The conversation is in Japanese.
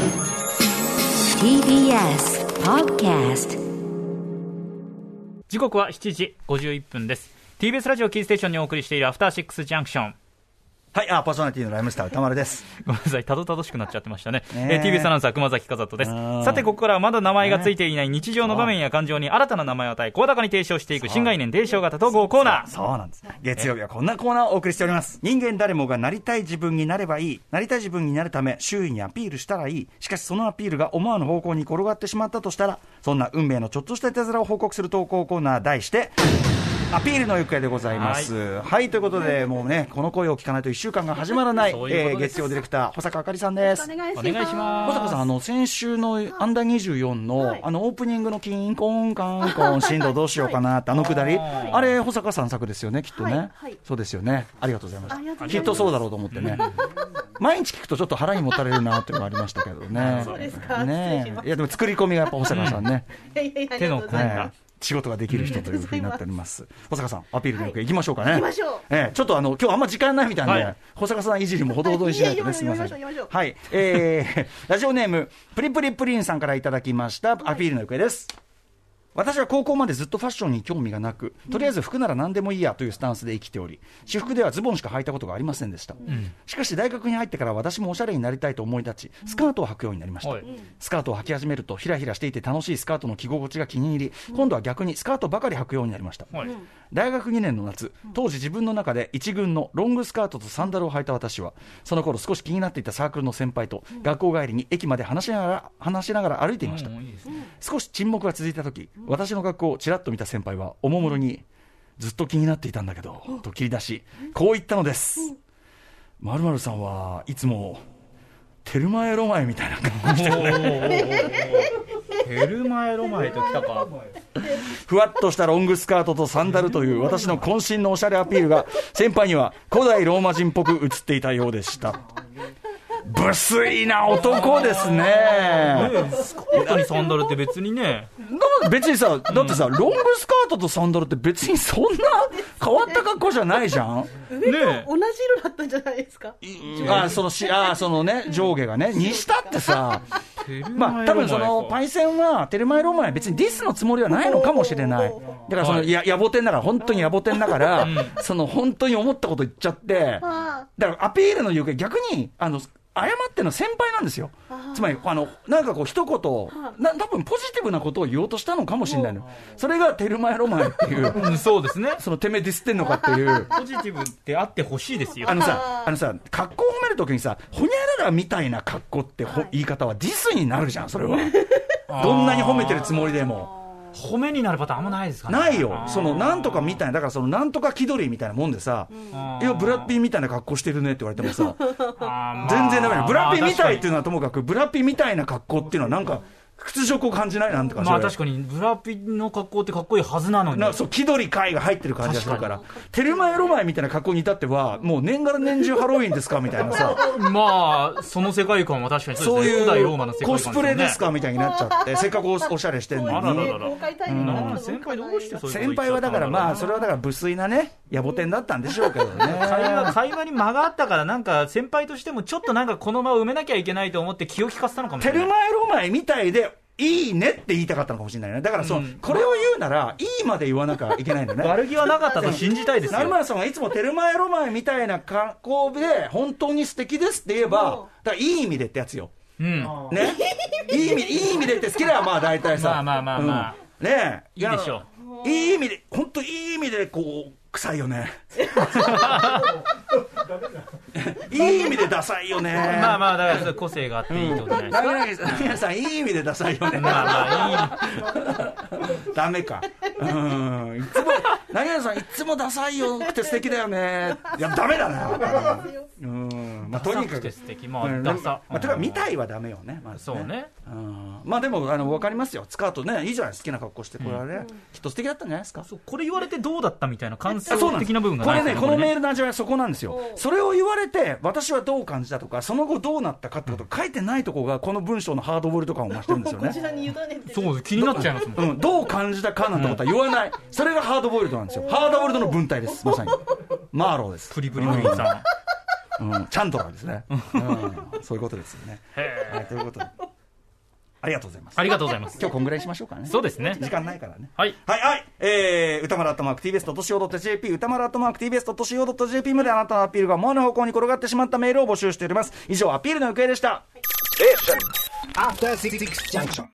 TBS Podcast。 時刻は7時51分です。 TBS ラジオキーステーションにお送りしているアフターシックスジャンクション。 はい、パーソナリティのライムスター歌丸です。 ごめんなさい、たどたどしくなっちゃってましたね。TBS アナウンサー熊崎和人です。さて、ここからはまだ名前がついていない日常の場面や感情に新たな名前を与え声高に提唱していく新概念提唱型統合コーナー。 そうなんです。月曜日はこんなコーナーをお送りしております。人間誰もがなりたい自分になればいい、なりたい自分になるため周囲にアピールしたらいい。しかしそのアピールが思わぬ方向に転がってしまったとしたら、そんな運命のちょっとしたいたずらを報告する投稿コーナー、題してアピールの行方でございます。はい、ということで、もうね、この声を聞かないと1週間が始まらない、月曜ディレクター保坂あかりさんです。 お願いします。 保坂さん、先週のアンダー24の、オープニングのキンコンカンコン振動どうしようかなってくだり、あれ保坂さん作ですよね、きっとね。そうですよね。ありがとうございます。きっとそうだろうと思ってね。毎日聞くとちょっと腹にもたれるなっていうのがありましたけどね。 そうですか。 ね、いやでも作り込みがやっぱ保坂さんね。 手の込んだ仕事ができる人というふうになっております。保坂さん、アピールの行方いきましょうかね。 行きましょう。 ちょっと今日あんま時間ないみたいなんで、保坂さんいじりもほどほどにしないとね、すみません。はい、ラジオネームプリプリプリンさんからいただきましたアピールの行方です。私は高校までずっとファッションに興味がなく、とりあえず服なら何でもいいやというスタンスで生きており、私服ではズボンしか履いたことがありませんでした。しかし大学に入ってから私もおしゃれになりたいと思い立ち、スカートを履くようになりました。スカートを履き始めるとヒラヒラしていて楽しいスカートの着心地が気に入り、今度は逆にスカートばかり履くようになりました。大学2年の夏、当時自分の中で一軍のロングスカートとサンダルを履いた私は、その頃少し気になっていたサークルの先輩と学校帰りに駅まで話しながら歩いていました。少し沈黙が続いた時、私の学校をちらっと見た先輩はおもむろに、ずっと気になっていたんだけどと切り出し、こう言ったのです。〇〇さんはいつもテルマエロマエみたいな格好してるね。 テルマエロマエときたか。 ふわっとしたロングスカートとサンダルという私の渾身のおしゃれアピールが先輩には古代ローマ人っぽく映っていたようでした。無粋な男ですね。 スカートにサンダルって別にね、 別にさ、だってさ、ロングスカートとサンダルって別にそんな変わった格好じゃないじゃん。 上と同じ色だったんじゃないですか。 そのね、上下がね、にしたってさ、まあ多分そのパイセンはテルマエロマエは別にディスのつもりはないのかもしれない。だからその野暮天だから、本当に野暮天だから、その本当に思ったこと言っちゃって、だからアピールの行方逆に謝っての先輩なんですよ。つまりなんかこう一言多分ポジティブなことを言おうとしたのかもしれないの。それがテルマエロマエっていう、 そうですね。 そのてめえディスってんのかっていうポジティブってあってほしいですよ。 さ格好を褒めるときにさ、ほにゃららみたいな格好って言い方はディスになるじゃん。それはどんなに褒めてるつもりでも褒めになるパターンあんまないですかね。 ないよ。そのなんとかみたいな、だからそのなんとか気取りみたいなもんでさ、いやブラッピーみたいな格好してるねって言われてもさ全然ダメだ。ブラッピーみたいっていうのはともかく、ブラッピーみたいな格好っていうのはなんか屈辱を感じない。なんとか確かにブラピの格好ってかっこいいはずなのに、 そう気取り会が入ってる感じがするから、テルマエロマエみたいな格好に至ってはもう年がら年中ハロウィンですかみたいなさまあその世界観は確かにそういう古代ローマの世界観、 コスプレですかみたいになっちゃって、せっかくおしゃれしてんのに。 先輩どうしてそういうこと言っちゃったのかな。 先輩はだからまあそれはだから無粋なね野暮天だったんでしょうけどね。 会話に間があったから、なんか先輩としてもちょっとなんかこの間を埋めなきゃいけないと思って気を利かせたのかもしれない。 テルマエロマエみたいでいいねって言いたかったのかもしれないね。だからこれを言うならいいまで言わなきゃいけないんだよね。 悪気はなかったと信じたいですよ。 成村さんはいつもテルマエロマエみたいな格好で本当に素敵ですって言えば、だからいい意味でってやつよ。ね、いい意味でって好きだよ。まあ大体さ、ねえ、 いいでしょう。いい意味で、本当いい意味でこう臭いよね。いい意味でダサいよね。 まあだから個性があっていいってことじゃないですか。 皆さんいい意味でダサいよね。ダメか。いつも何々さんいつもダサいよくて素敵だよね。いやダメだな。まあとにかく素敵。まあダサ。 とにかく見たいはダメよね。 そうね。 まあでも分かりますよ。スカートねいいじゃない、好きな格好して、これはねきっと素敵だったんじゃないですか。 これ言われてどうだったみたいな感想的な部分がない。 これね、このメールの味はそこなんですよ。それを言われて私はどう感じたとか、その後どうなったかってこと書いてないところがこの文章のハードボイルド感を増してるんですよね。 こちらに委ねて。 そう気になっちゃいますもん。 どう感じたかなんてことは言わない。それがハードボイルドなんですよ。ハードボイルドの文体です。まさにマーローです。 プリプリプリンさん。 チャンドラーですね。そういうことですよね。はい、ということで。ありがとうございます。 ありがとうございます。 今日こんぐらいにしましょうかね。 そうですね。 時間ないからね。 はい。 はい、はい。歌丸@tbs.co.jp、歌丸@tbs.co.jp まであなたのアピールが思わぬ方向に転がってしまったメールを募集しております。以上、アピールの行方でした。 After 66 junction.